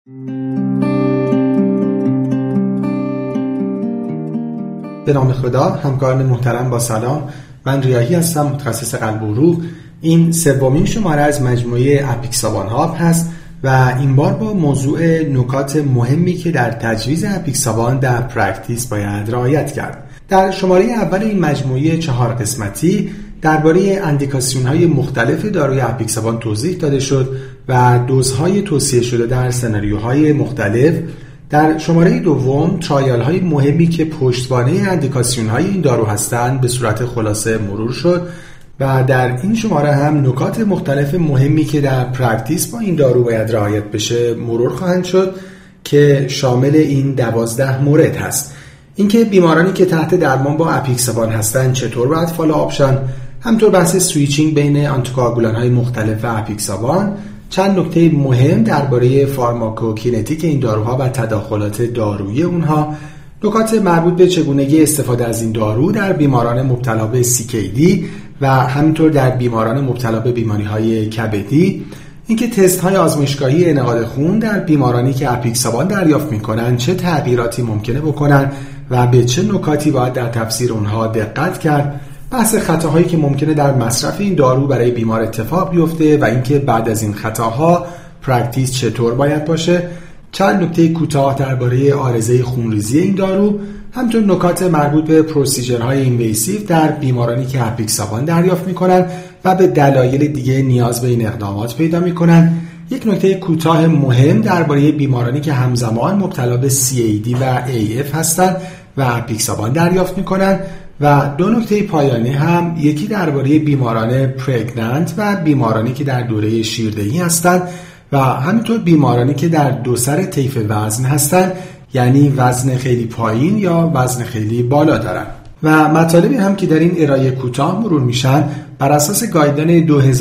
به نام خدا. همکاران محترم با سلام، من ریاحی هستم، متخصص قلب و عروق. این سومین شماره از مجموعه اپیکسابان هاب هست و این بار با موضوع نکات مهمی که در تجویز اپیکسابان در پرکتیس باید رعایت کرد. در شماره اول این مجموعه 4 قسمتی درباره اندیکاسیون های مختلف داروی اپیکسابان توضیح داده شد و دوزهای توصیه شده در سناریوهای مختلف. در شماره دوم ترایال های مهمی که پشتوانه اندیکاسیون های این دارو هستند به صورت خلاصه مرور شد و در این شماره هم نکات مختلف مهمی که در پرکتیس با این دارو باید رعایت بشه مرور خواهند شد که شامل این 12 مورد هست. اینکه بیمارانی که تحت درمان با اپیکسابان هستند چطور باید فالوآپ شن، همطور بحث سویچینگ بین آنتیکواگولان های مختلف و اپیکسابان، چند نکته مهم درباره فارماکوکینتیک این داروها و تداخلات دارویی اونها، نکات مربوط به چگونگی استفاده از این دارو در بیماران مبتلا به CKD و همینطور در بیماران مبتلا به بیماری‌های کبدی، اینکه تست‌های آزمایشگاهی انعقاد خون در بیمارانی که اپیکسابان دریافت می‌کنند چه تغییراتی ممکنه بکنن و به چه نکاتی باید در تفسیر اونها دقت کرد، بحث خطاهایی که ممکنه در مصرف این دارو برای بیمار اتفاق بیفته و اینکه بعد از این خطاها پرکتیس چطور باید باشه، چند نکته کوتاه درباره عارضه خونریزی این دارو، همچنین نکات مربوط به پروسیجرهای اینویسیو در بیمارانی که اپیکسابان دریافت میکنن و به دلایل دیگه نیاز به این اقدامات پیدا میکنن، یک نکته کوتاه مهم درباره بیمارانی که همزمان مبتلا به CAD و AF هستند و اپیکسابان دریافت میکنن و دو نکته پایانی هم، یکی درباره بیماران پرگننت و بیمارانی که در دوره شیردهی هستند و همینطور بیمارانی که در دو سر طیف وزن هستند، یعنی وزن خیلی پایین یا وزن خیلی بالا دارن. و مطالبی هم که در این ارائه کوتاه مرور میشن بر اساس گایدلاین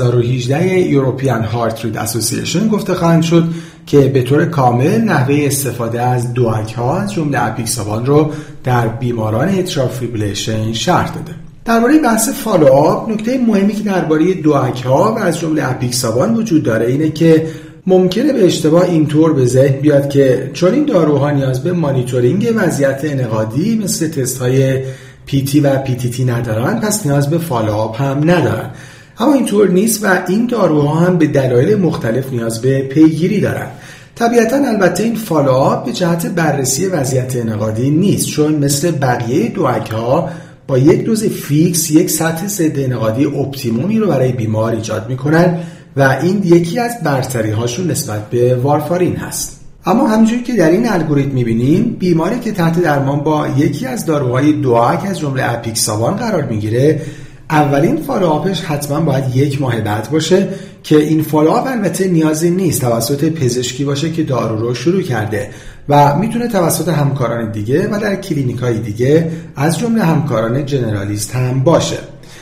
2018 European Heart Rate Association گفته خواهند شد که به طور کامل نحوه استفاده از دواک ها از جمله اپیکسابان رو در بیماران اتریال فیبریلیشن شرح داده. درباره بحث فالوآپ، نکته مهمی که درباره دواک ها و از جمله اپیکسابان وجود داره اینه که ممکنه به اشتباه اینطور به ذهن بیاد که چون این داروها نیاز به مانیتورینگ وضعیت انعقادی مثل تست های PT و PTT ندارن، پس نیاز به فالوآپ هم ندارن. اما اینطور نیست و این داروها هم به دلایل مختلف نیاز به پیگیری دارن. طبیعتاً البته این فالوآپ به جهت بررسی وضعیت انعقادی نیست، چون مثل بقیه دواک ها با یک دوز فیکس یک سطح ضد انعقادی اپتیمومی رو برای بیمار ایجاد میکنن و این یکی از برتری هاشون نسبت به وارفارین هست. اما همونجوری که در این الگوریتم می‌بینیم، بیماری که تحت درمان با یکی از داروهای دواک از جمله اپیکسابان قرار میگیره، اولین فالوآپش حتما باید 1 ماه بعد باشه که این فالوآپ البته نیازی نیست توسط پزشکی باشه که دارو رو شروع کرده و میتونه توسط همکاران دیگه و در کلینیکای دیگه از جمله همکاران جنرالیست هم باشه.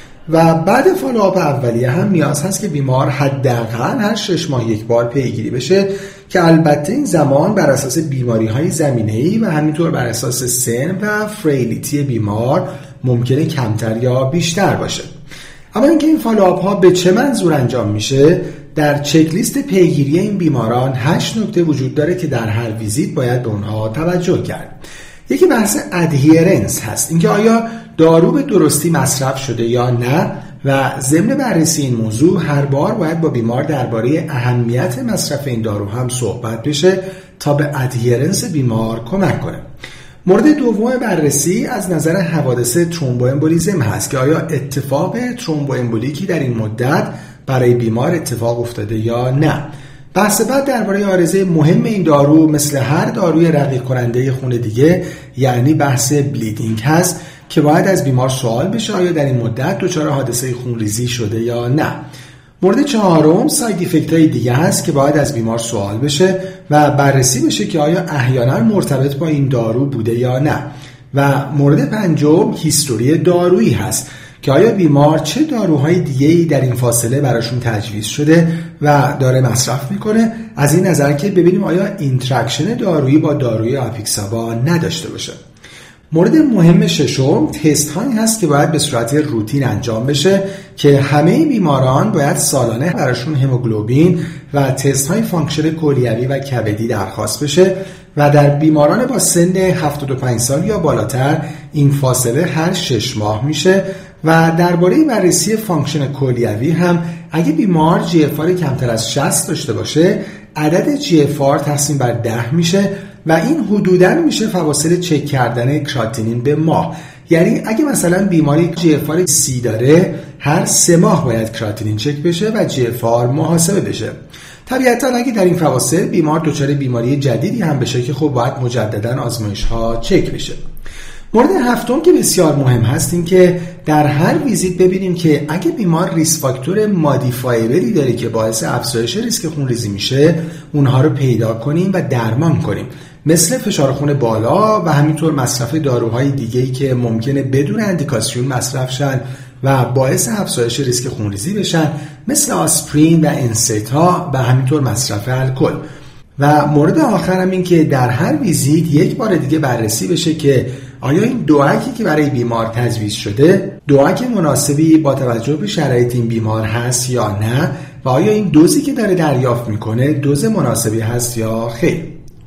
و بعد فالوآپ اولیه هم نیاز هست که بیمار حداقل هر 6 ماه یک بار پیگیری بشه که البته این زمان بر اساس بیماری‌های زمینه‌ای و همینطور بر اساس سن و فریلیتی بیمار ممکنه کمتر یا بیشتر باشه. اما اینکه این فالوآپ ها به چه منظور انجام میشه، در چک لیست پیگیری این بیماران 8 نکته وجود داره که در هر ویزیت باید به اونها توجه کرد. یکی بحث ادهیرنس هست، اینکه آیا دارو به درستی مصرف شده یا نه و ضمن بررسی این موضوع هر بار باید با بیمار درباره اهمیت مصرف این دارو هم صحبت بشه تا به ادهیرنس بیمار کمک کنه. مورد دوم بررسی از نظر حوادث ترومبوامبولیزم هست که آیا اتفاق ترومبوامبولیکی در این مدت برای بیمار اتفاق افتاده یا نه. بحث بعد درباره عارضه مهم این دارو مثل هر داروی رقیق کننده خون دیگه، یعنی بحث بلیدینگ هست که باید از بیمار سوال بشه آیا در این مدت دچار حادثه خونریزی شده یا نه. مورد چهارم ساید افکت های دیگه هست که باید از بیمار سوال بشه و بررسی بشه که آیا احیانا مرتبط با این دارو بوده یا نه. و مورد پنجم هیستوری دارویی هست که آیا بیمار چه داروهای دیگه‌ای در این فاصله براشون تجویز شده و داره مصرف میکنه، از این نظر که ببینیم آیا اینتراکشن دارویی با داروی اپیکسابان نداشته باشه. مورد مهم ششم تست هایی هست که باید به صورت روتین انجام بشه که همه بیماران باید سالانه براشون هموگلوبین و تست های فانکشن کلیوی و کبدی درخواست بشه و در بیماران با سن 75 سال یا بالاتر این فاصله هر 6 ماه میشه. و درباره بررسی فانکشن کلیوی هم اگه بیمار GFR کمتر از 60 داشته باشه عدد GFR تقسیم بر 10 میشه و این حدوداً میشه فواصل چک کردن کراتینین به ماه. یعنی اگه مثلا بیماری GFR 30 داره هر 3 ماه باید کراتینین چک بشه و GFR محاسبه بشه. طبیعتاً اگه در این فواصل بیمار دچار بیماری جدیدی هم بشه که خب باید مجدداً آزمایش ها چک بشه. مورد هفتم که بسیار مهم هست این که در هر ویزیت ببینیم که اگه بیمار ریسک فاکتور مادیفایبلی داره که باعث افزایش ریسک خونریزی میشه اونها رو پیدا کنیم و درمان کنیم، مثل فشار خون بالا و همینطور مصرف داروهای دیگه‌ای که ممکنه بدون اندیکاسیون مصرف شن و باعث افزایش ریسک خونریزی بشن، مثل آسپرین و انستا و همینطور مصرف الکل. و مورد آخر هم این که در هر ویزیت یک بار دیگه بررسی بشه که آیا این دواکی که برای بیمار تجویز شده دواک مناسبی با توجه به شرایط این بیمار هست یا نه و آیا این دوزی که داره دریافت میکنه دوز مناسبی هست یا خیر.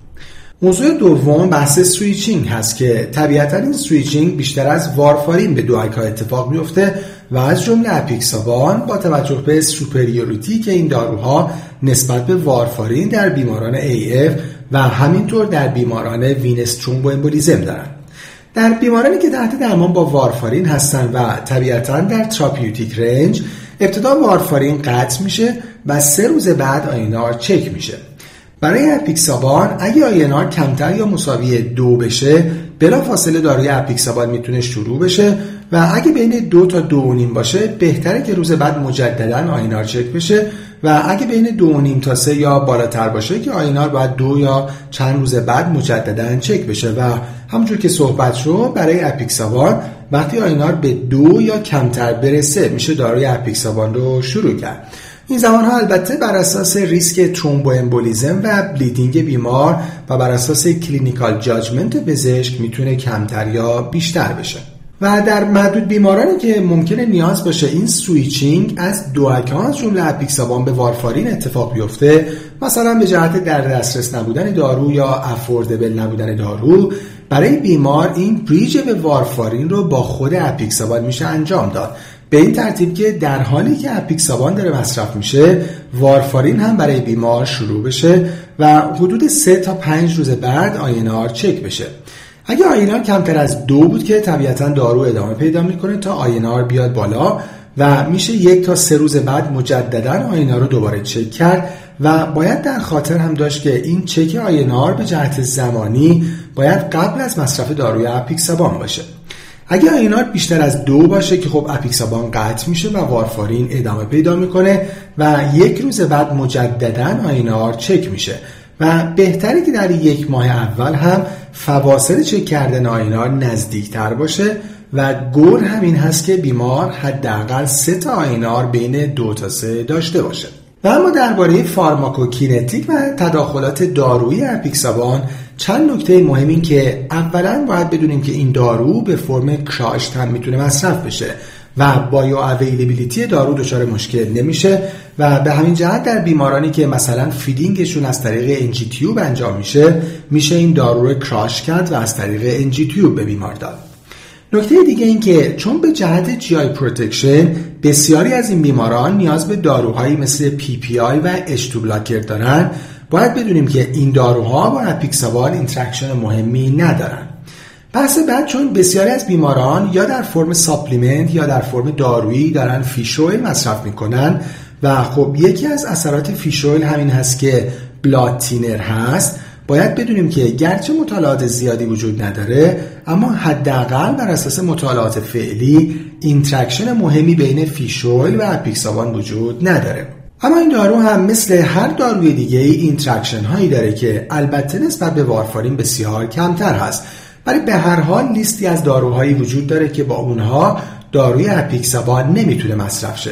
موضوع دوم بحث سویچینگ هست که طبیعتا این سویچینگ بیشتر از وارفارین به دواک ها اتفاق میفته و از جمله اپیکسابان با توجه به سوپریوریتی که این داروها نسبت به وارفارین در بیماران AF و همینطور در بیماران وینس ترومبوامبولیزم دارن. در بیمارانی که تحت درمان با وارفارین هستن و طبیعتا در تراپیوتیک رنج ابتدا وارفارین قطع میشه و 3 روز بعد آینار چک میشه. برای اپیکسابان اگه آینار کمتر یا مساوی 2 بشه بلافاصله داروی اپیکسابان میتونه شروع بشه و اگه بین 2 تا 2.5 باشه بهتره که روز بعد مجددا آینار چک بشه و اگه بین 2.5 تا 3 یا بالاتر باشه که آینار باید 2 یا چند روز بعد مجددا چک بشه. و همونجور که صحبت شد برای اپیکسابان وقتی آینار به 2 یا کمتر برسه میشه داروی اپیکسابان رو شروع کرد. این زمانها البته بر اساس ریسک ترومبوامبولیزم و بلیدینگ بیمار و بر اساس کلینیکال جاجمنت پزشک میتونه کمتر یا بیشتر بشه. و در معدود بیمارانی که ممکنه نیاز باشه این سویچینگ از دواک‌ها از جمله اپیکسابان به وارفارین اتفاق بیفته، مثلا به جهت در دسترس نبودن دارو یا افوردبل نبودن دارو، برای بیمار این بریج به وارفارین رو با خود اپیکسابان میشه انجام داد، به این ترتیب که در حالی که اپیکسابان داره مصرف میشه وارفارین هم برای بیمار شروع بشه و حدود 3 تا 5 روز بعد آینار چک بشه. اگه آینار کمتر از 2 بود که طبیعتا دارو ادامه پیدا میکنه تا آینار بیاد بالا و میشه 1 تا 3 روز بعد مجددا آینار رو دوباره چک کرد و باید در خاطر هم داشت که این چک آینار به جهت زمانی باید قبل از مصرف داروی اپیکسابان باشه. اگه آینار بیشتر از 2 باشه که خب اپیکسابان قطع میشه و وارفارین ادامه پیدا میکنه و 1 روز بعد مجددا آینار چک میشه و بهتره که در 1 ماه اول هم فواصل چک کردن آینار نزدیکتر باشه و گل همین هست که بیمار حداقل 3 تا آینار بین 2 تا 3 داشته باشه. و اما درباره فارماکوکینتیک و تداخلات دارویی اپیکسابان چند نکته مهم این که اولا باید بدونیم که این دارو به فرم کراشت هم میتونه مصرف بشه و بایو اویلیبیلیتی دارو دچار مشکل نمیشه و به همین جهت در بیمارانی که مثلا فیدینگشون از طریق انجی تیوب انجام میشه این دارو رو کراش کرد و از طریق انجی تیوب به بیمار داد. نکته دیگه این که چون به جهت جی آی پروتکشن بسیاری از این بیماران نیاز به داروهایی مثل پی پی آی و اچ تو بلاکر دارن، باید بدونیم که این داروها با اپیکسابان اینتراکشن مهمی ندارن. پس بعد چون بسیاری از بیماران یا در فرم ساپلیمنت یا در فرم دارویی دارن فیش اویل مصرف میکنن و خب یکی از اثرات فیش اویل همین هست که بلاد تینر هست، باید بدونیم که گرچه مطالعات زیادی وجود نداره اما حداقل بر اساس مطالعات فعلی اینتراکشن مهمی بین فیش اویل و اپیکسابان وجود نداره. اما این دارو هم مثل هر داروی دیگه اینتراکشن هایی داره که البته نسبت به وارفارین بسیار کمتر هست، ولی به هر حال لیستی از داروهایی وجود داره که با اونها داروی اپیکسابان نمیتونه مصرف شه.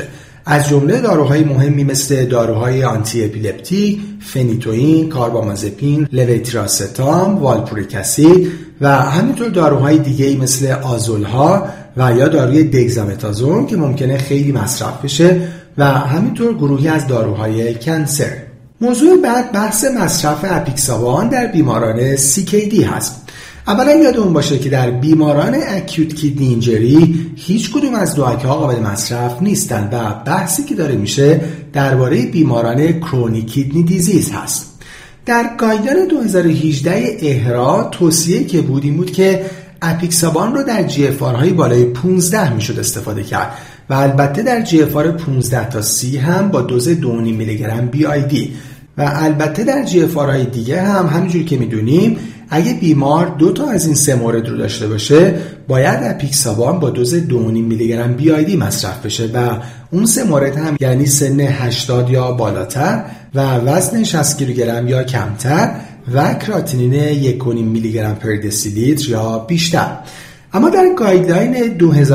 از جمله داروهای مهمی مثل داروهای آنتی اپیلپتیک، فنیتوئین، کاربامازپین، لوتیراستام، والپوریک اسید و همینطور داروهای دیگه‌ای مثل آزولها و یا داروی دگزامتازون که ممکنه خیلی مصرف بشه و همینطور گروهی از داروهای کنسر. موضوع بعد بحث مصرف اپیکسابان در بیماران CKD هست. اولا یادمون باشه که در بیماران اکیوت کیدنی اینجری هیچ کدوم از دواک‌ها قابل مصرف نیستن و بحثی که داره میشه درباره بیماران کرونیک کیدنی دیزیز هست. در گایدلاین 2018 اهرا توصیه که بود این بود که اپیکسابان رو در GFR های بالای 15 میشد استفاده کرد و البته در GFR 15 تا 30 هم با دوز 2.5 میلی گرم BID و البته در GFR های دیگه هم همینجوری که میدونیم اگه بیمار 2 تا از این 3 مورد رو داشته باشه باید اپیکسابان با دوز 2.5 میلی گرم BID مصرف بشه و اون 3 مورد هم یعنی سن 80 یا بالاتر و وزن 60 کیلوگرم یا کمتر و کراتینین 1.5 میلی گرم پر دسیلیتر یا بیشتر. اما در گایدلاین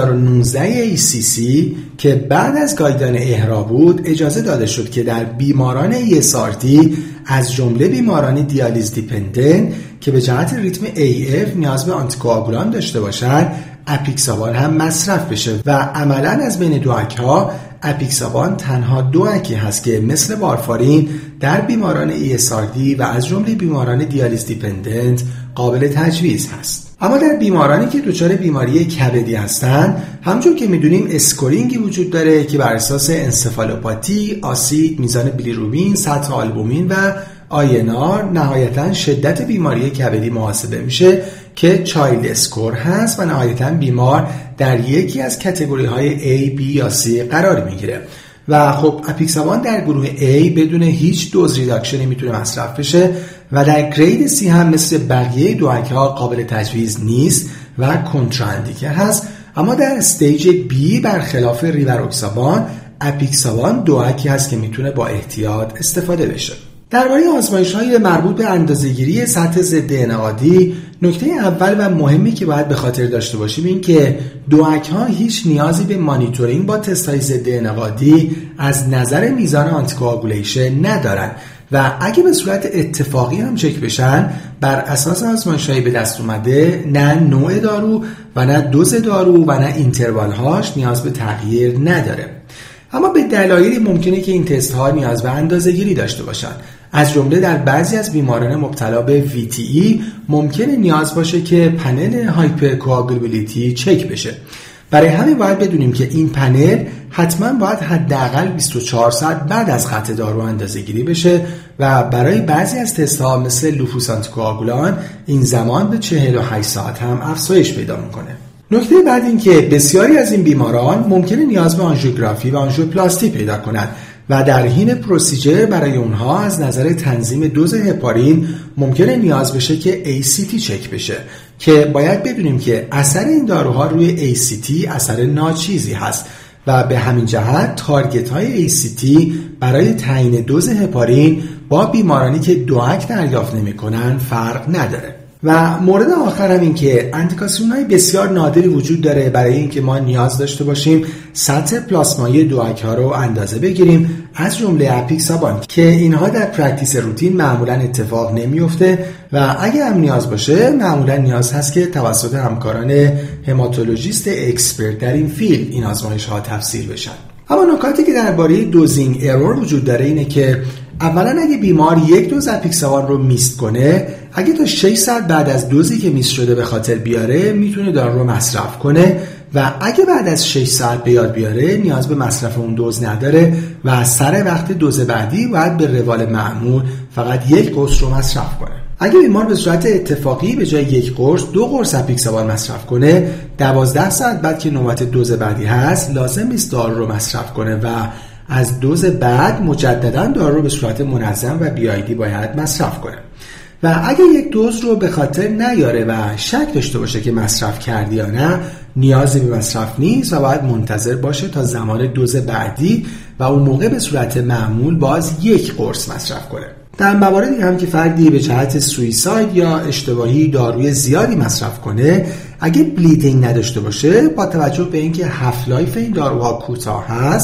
2019 ACC که بعد از گایدلاین اهرا بود اجازه داده شد که در بیماران ESRD از جمله بیماران دیالیز دیپندنت که به جهت ریتم AF نیاز به آنتیکواگولان داشته باشند اپیکسابان هم مصرف بشه و عملاً از بین دواک‌ها اپیکسابان تنها دواکی هست که مثل وارفارین در بیماران ESRD و از جمله بیماران دیالیز دیپندنت قابل تجویز هست. اما در بیمارانی که دچار بیماری کبدی هستند همونجور که میدونیم اسکورینگی وجود داره که بر اساس انسفالوپاتی، آسید، میزان بیلیروبین، سطح آلبومین و آینار نهایتاً شدت بیماری کبدی محاسبه میشه که چایلد اسکور هست و نهایتاً بیمار در یکی از کاتگوری های A، B یا C قرار میگیره و خب اپیکسابان در گروه A بدون هیچ دوز ریداکشنی میتونه مصرف بشه و در گرید C هم مثل بقیه دواک‌ها قابل تجویز نیست و کنتراندیکه هست. اما در استیج B برخلاف ریواروکسابان اپیکسابان دواکی هست که میتونه با احتیاط استفاده بشه. درباره آزمایش‌های مربوط به اندازه‌گیری سطح ضد انعقادی نکته اول و مهمی که باید به خاطر داشته باشیم این که دواک‌ها هیچ نیازی به مانیتورینگ با تست‌های ضد انعقادی از نظر میزان آنتیکواگولیشن ندارن و اگه به صورت اتفاقی هم چک بشن بر اساس آزمایش‌های به دست اومده نه نوع دارو و نه دوز دارو و نه اینتروال‌هاش نیاز به تغییر نداره. اما به دلایلی ممکنه که این تست ها نیاز به اندازه‌گیری داشته باشن. از جمله در بعضی از بیماران مبتلا به VTE ممکنه نیاز باشه که پنل هایپرکواگولبیلیتی چک بشه. برای همین باید بدونیم که این پنل حتما باید حداقل 24 ساعت بعد از قطع دارو اندازه‌گیری بشه و برای بعضی از تست ها مثل لوفوس آنتیکواگولان این زمان به 48 ساعت هم افزایش پیدا میکنه. نکته بعد این که بسیاری از این بیماران ممکنه نیاز به آنژیوگرافی و آنژیوپلاستی پیدا کنند و در حین پروسیجر برای اونها از نظر تنظیم دوز هپارین ممکنه نیاز بشه که ACT چک بشه که باید بدونیم که اثر این داروها روی ACT اثر ناچیزی هست و به همین جهت تارگت های ACT برای تعیین دوز هپارین با بیمارانی که دواک دریافت نمی‌کنن فرق نداره. و مورد آخر هم این که اندیکاسیون های بسیار نادری وجود داره برای اینکه ما نیاز داشته باشیم سطح پلاسمایی دواک ها رو اندازه بگیریم از جمله اپیکسابان که اینها در پرکتیس روتین معمولا اتفاق نمیفته و اگه هم نیاز باشه معمولا نیاز هست که توسط همکاران هماتولوژیست اکسپرت در این فیلد این آزمایش ها تفسیر بشن. اما نکاتی که درباره دوزینگ ارور وجود داره اینه که اولا اگه بیمار یک دوز اپیکسابان رو میست کنه اگه تا 6 ساعت بعد از دوزی که میست شده به خاطر بیاره میتونه دارو رو مصرف کنه و اگه بعد از 6 ساعت به یاد بیاره نیاز به مصرف اون دوز نداره و سر وقت دوز بعدی باید به روال معمول فقط یک قرص رو مصرف کنه. اگه بیمار به صورت اتفاقی به جای یک قرص 2 قرص اپیکسابان مصرف کنه 12 ساعت بعد که نوبت دوز بعدی هست لازم نیست دارو رو مصرف کنه و از دوز بعد مجددا دارو رو به صورت منظم و BID باید مصرف کنه. و اگه یک دوز رو به خاطر نیاره و شک داشته باشه که مصرف کردی یا نه نیازی به مصرف نیست و باید منتظر باشه تا زمان دوز بعدی و اون موقع به صورت معمول باز یک قرص مصرف کنه. در مواردی هم که فردی به جهت سویساید یا اشتباهی داروی زیادی مصرف کنه اگه بلیدینگ نداشته باشه با توجه به اینکه هاف لایف این داروها کوتاه هست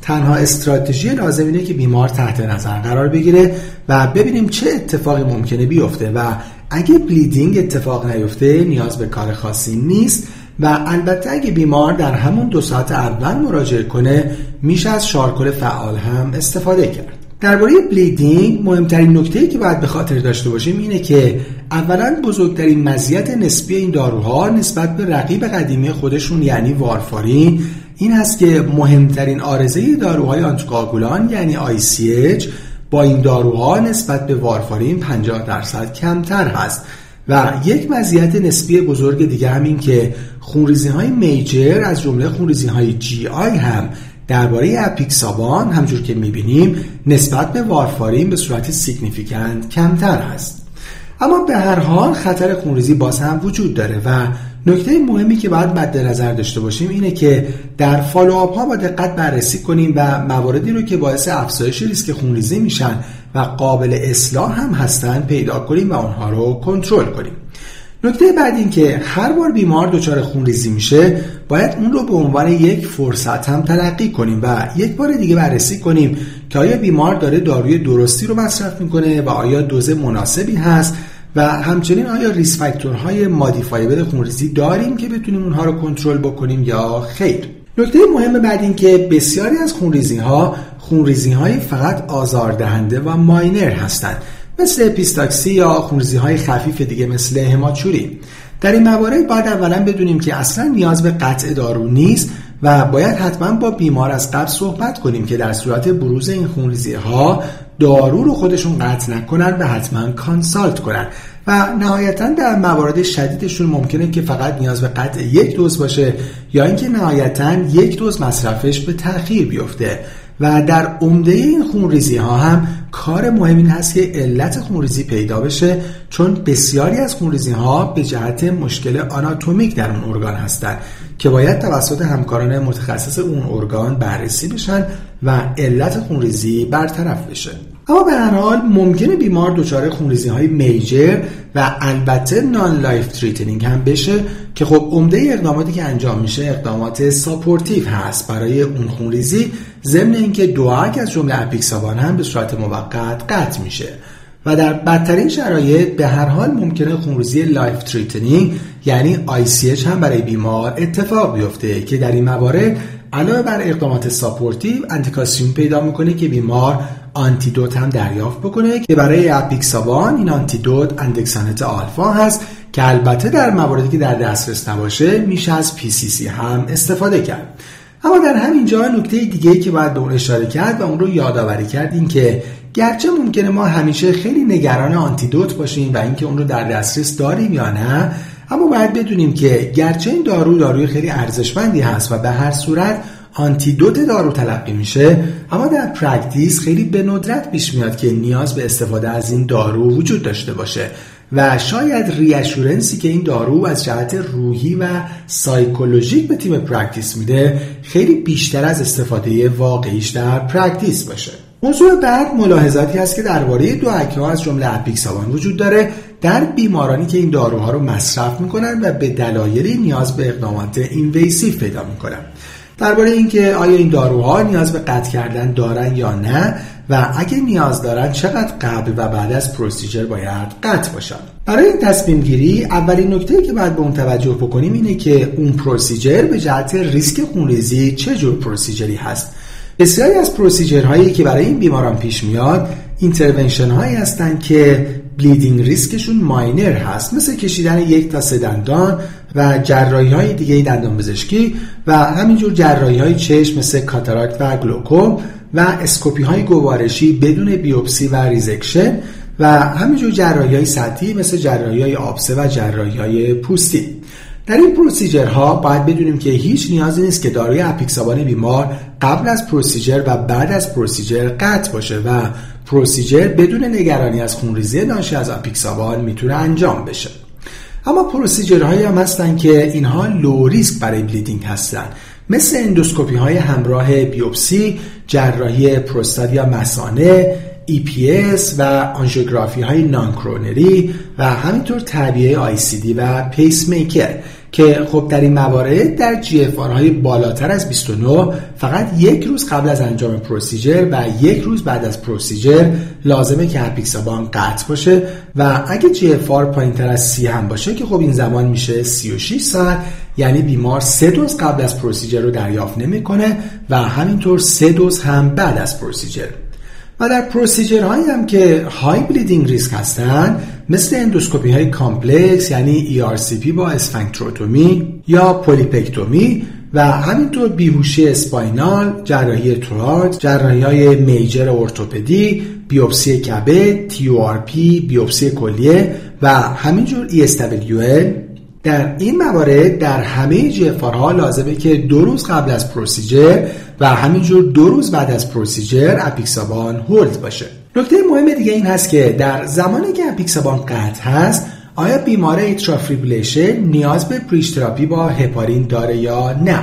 تنها استراتژی لازم اینه که بیمار تحت نظر قرار بگیره و ببینیم چه اتفاقی ممکنه بیفته و اگه بلیدینگ اتفاق نیفته نیاز به کار خاصی نیست و البته اگه بیمار در همون 2 ساعت اول مراجعه کنه میشه از شارکل فعال هم استفاده کرد. درباره بلیدینگ مهمترین نکته‌ای که باید به خاطر داشته باشیم اینه که اولا بزرگترین مزیت نسبی این داروها نسبت به رقیب قدیمی خودشون یعنی وارفارین این هست که مهمترین عارضه داروهای آنتیکواگولان یعنی ICH با این داروها نسبت به وارفارین 50% کمتر هست و یک مزیت نسبی بزرگ دیگه همین که خونریزی‌های میجر از جمله خونریزی‌های GI هم درباره اپیکسابان همجور که می‌بینیم نسبت به وارفارین به صورت سیگنیفیکانت کمتر هست. اما به هر حال خطر خونریزی باز هم وجود داره و نکته مهمی که باید مد نظر داشته باشیم اینه که در فالوآپ ها با دقت بررسی کنیم و مواردی رو که باعث افزایش ریسک خونریزی میشن و قابل اصلاح هم هستن پیدا کنیم و اونها رو کنترل کنیم. نکته بعد این که هر بار بیمار دچار خونریزی میشه باید اون رو به عنوان یک فرصت هم تلقی کنیم و یک بار دیگه بررسی کنیم که آیا بیمار داره داروی درستی رو مصرف میکنه و آیا دوز مناسبی هست و همچنین آیا ریسک فاکتورهای مادیفایبل خونریزی داریم که بتونیم اونها رو کنترل بکنیم یا خیر. نکته مهم بعد این که بسیاری از خونریزی‌های فقط آزاردهنده و ماینر هستند مثل اپیستاکسی یا خونریزی‌های خفیف دیگه مثل هماچوری. در این موارد باید اولا بدونیم که اصلا نیاز به قطع دارو نیست و باید حتما با بیمار از قبل صحبت کنیم که در صورت بروز این خونریزی‌ها دارو رو خودشون قطع نکنن و حتما کانسالت کنن و نهایتا در موارد شدیدشون ممکنه که فقط نیاز به قطع 1 دوز باشه یا اینکه نهایتا 1 دوز مصرفش به تأخیر بیفته و در عمده این خونریزی ها هم کار مهم این هست که علت خونریزی پیدا بشه چون بسیاری از خونریزی ها به جهت مشکل آناتومیک در اون ارگان هستند که باید توسط همکاران متخصص اون ارگان بررسی بشن و علت خونریزی برطرف بشه. اما به هر حال ممکنه بیمار دچار خونریزی‌های میجر و البته نان لایف تریتنینگ هم بشه که خب عمده اقداماتی که انجام میشه اقدامات ساپورتیو هست برای اون خونریزی ضمن اینکه دواک از جمله اپیکسابان هم به صورت موقت قطع میشه و در بدترین شرایط به هر حال ممکنه خونریزی لایف تریتنینگ یعنی ICH هم برای بیمار اتفاق بیفته که در این موارد علاوه بر اقدامات ساپورتیو انتیکاسیون پیدا میکنه که بیمار آنتیدوت هم دریافت بکنه که برای اپیکسابان این آنتیدوت اندکسانت آلفا هست که البته در مواردی که در دسترس نباشه میشه از PCC هم استفاده کرد. اما در همین جا نکته دیگه‌ای که باید به اون اشاره کرد و اون رو یادآوری کرد این که گرچه ممکنه ما همیشه خیلی نگران آنتیدوت باشیم و اینکه اون رو در دسترس داریم یا نه، اما باید بدونیم که گرچه این داروی خیلی ارزشمندی هست و به هر صورت آنتیدوت دارو تلقی میشه، اما در پرکتیس خیلی به ندرت پیش میاد که نیاز به استفاده از این دارو وجود داشته باشه و شاید ریاشورنسی که این دارو از جهت روحی و سایکولوژیک به تیم پرکتیس میده خیلی بیشتر از استفاده واقعیش در پرکتیس باشه. موضوع بعد ملاحظاتی هست که درباره دواک‌ها از جمله اپیکسابان وجود داره در بیمارانی که این داروها رو مصرف میکنن و به دلایلی نیاز به اقدامات اینویسیو پیدا میکنن. درباره اینکه آیا این داروها نیاز به قطع کردن دارن یا نه و اگه نیاز دارن چقدر قبل و بعد از پروسیجر باید قطع باشن. برای این تصمیم گیری اولین نکته‌ای که باید به اون توجه بکنیم اینه که اون پروسیجر به جهت ریسک خونریزی چه جور پروسیجری هست. بسیاری از پروسیجرهایی که برای این بیماران پیش میاد اینترونشن هایی هستن که بلیدینگ ریسکشون ماینر هست، مثل کشیدن 1 تا 3 دندان و جراحی های دیگه دندان پزشکی و همینجور جراحی های چشم مثل کاتاراکت و گلوکوم و اسکوپی های گوارشی بدون بیوپسی و ریزکشن و همینجور جراحی های سطحی مثل جراحی های آبسه و جراحی های پوستی. در این پروسیجرها باید بدونیم که هیچ نیازی نیست که داروی اپیکسابان بیمار قبل از پروسیجر و بعد از پروسیجر قطع باشه و پروسیجر بدون نگرانی از خونریزی ناشی از اپیکسابان میتونه انجام بشه. اما پروسیجرهایی هم هستن که اینها لو ریسک برای بلیدینگ هستن، مثل اندوسکوپی های همراه بیوپسی، جراحی پروستات یا مثانه، EPS و آنژیوگرافی های نانکرونری و همینطور تعبیه ICD و پیس میکر که خب در این موارد در GFR های بالاتر از 29 فقط یک روز قبل از انجام پروسیجر و یک روز بعد از پروسیجر لازمه که اپیکسابان قطع باشه و اگه GFR پایین تر از 30 هم باشه که خب این زمان میشه 36 ساعت، یعنی بیمار 3 دوز قبل از پروسیجر رو دریافت نمیکنه و همینطور 3 دوز هم بعد از پروسیجر. و در پروسیجرهایی هم که های بلیدینگ ریسک هستن مثل اندوسکوپی های کامپلکس یعنی ERCP با اسفنکتروتومی یا پولیپکتومی و همینطور بیهوشی اسپاینال، جراحی توراکس، جراحی های میجر ارتوپدی، بیوپسی کبد، TURP، بیوپسی کلیه و همینجور ESWL، در این موارد در همه GFR ها لازمه که 2 روز قبل از پروسیجر و همینجور 2 روز بعد از پروسیجر اپیکسابان هولد باشه. نکته مهم دیگه این هست که در زمانی که اپیکسابان قطع هست آیا بیمار ایتریال فیبریلیشن نیاز به بریج تراپی با هپارین داره یا نه؟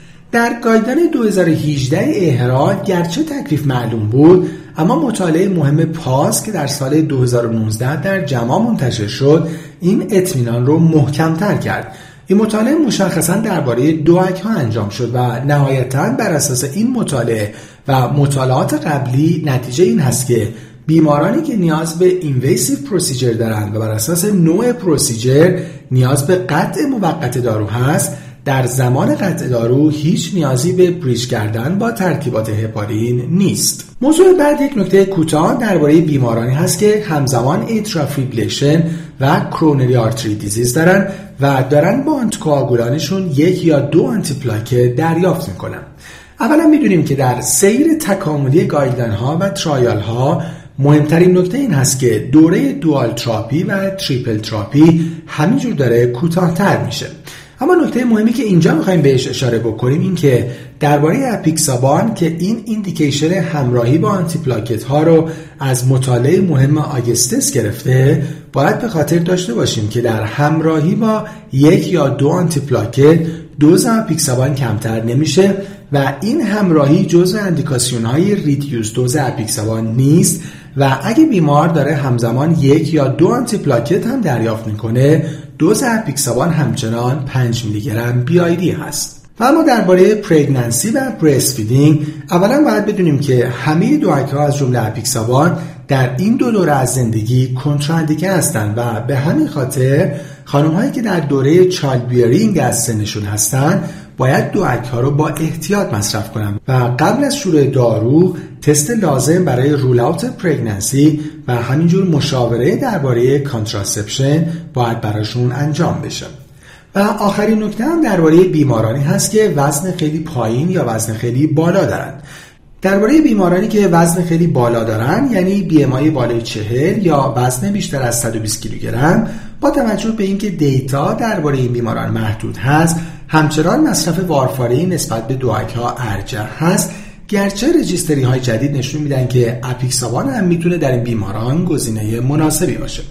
در گایدلاین 2018 اهرا گرچه تکلیف معلوم بود، اما مطالعه مهم پاس که در سال 2019 در جما منتشر شد این اطمینان رو محکم‌تر کرد. این مطالعه مشخصاً درباره دوآک ها انجام شد و نهایتاً بر اساس این مطالعه و مطالعات قبلی نتیجه این هست که بیمارانی که نیاز به اینویسیو پروسیجر دارند و بر اساس نوع پروسیجر نیاز به قطع موقت دارو هست، در زمان قطع دارو هیچ نیازی به بریج کردن با ترکیبات هپارین نیست. موضوع بعد یک نکته کوتاه درباره بیمارانی هست که همزمان ایتریال فیبریلیشن و کرونری آرتری دیزیز دارن و دارن با آنتیکواگولانشون 1 یا 2 آنتی پلاکت دریافت میکنن. اولا میدونیم که در سیر تکاملی گایدلاین ها و ترایال ها مهمترین نکته این هست که دوره دوال تراپی و تریپل تراپی همینجور داره کوتاه‌تر میشه. اما نکته مهمی که اینجا میخوایم بهش اشاره بکنیم این که درباره اپیکسابان که این ایندیکیشن همراهی با آنتی پلاکت ها رو از مطالعه مهم آگستس گرفته، باید به خاطر داشته باشیم که در همراهی با 1 یا 2 آنتی پلاکت دوز اپیکسابان کمتر نمیشه و این همراهی جزو اندیکاسیون های ریدیوس دوز اپیکسابان نیست و اگه بیمار داره همزمان 1 یا 2 آنتی پلاکت هم دریافت میکنه، دوز اپیکسابان همچنان 5 میلی گرم BID هست. و اما درباره پرگننسی و برست فیدینگ اولا باید بدونیم که همه دوآک ها از جمله اپیکسابان در این 2 دوره از زندگی کنتراندیکه هستند و به همین خاطر خانم هایی که در دوره چایلد بیرینگ از سنشون هستن باید دوآک ها رو با احتیاط مصرف کنن و قبل از شروع دارو تست لازم برای رول اوت پرگننسی و همینجور مشاوره درباره کانتراسپشن باید براشون انجام بشه. و آخرین نکته هم درباره بیمارانی هست که وزن خیلی پایین یا وزن خیلی بالا دارن. درباره بیمارانی که وزن خیلی بالا دارن یعنی BMI بالای 40 یا وزن بیشتر از 120 کیلوگرم، با توجه به اینکه دیتا درباره این بیماران محدود هست، همچنان مصرف وارفارین نسبت به دوآک ها ارجح هست، گرچه رجیستری های جدید نشون میدن که اپیکسابان هم میتونه در این بیماران گزینه مناسبی باشه.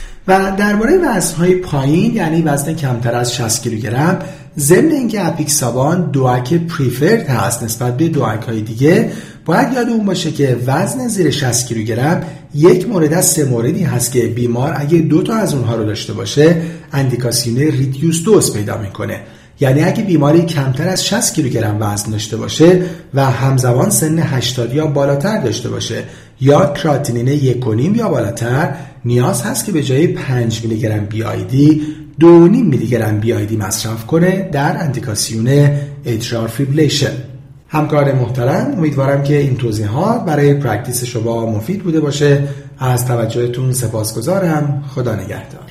و درباره وزن‌های پایین یعنی وزن کمتر از 60 کیلوگرم، ضمن اینکه اپیکسابان دوآک پریفرد هست نسبت به دوآک‌های دیگه، باید یادمون باشه که وزن زیر 60 کیلوگرم یک مورد از 3 موردی هست که بیمار اگه 2 تا از اونها رو داشته باشه اندیکاسیون ریدیوس دوز پیدا میکنه. یعنی اگه بیماری کمتر از 60 کیلوگرم وزن داشته باشه و همزمان سن 80 یا بالاتر داشته باشه یا کراتینین 1.5 یا بالاتر، نیاز هست که به جای 5 میلی گرم BID 2.5 میلی گرم BID مصرف کنه در اندیکاسیون ایتریال فیبریلیشن. همکار محترم، امیدوارم که این توضیحات برای پرکتیس شما مفید بوده باشه. از توجهتون سپاسگزارم. خدا نگهدار.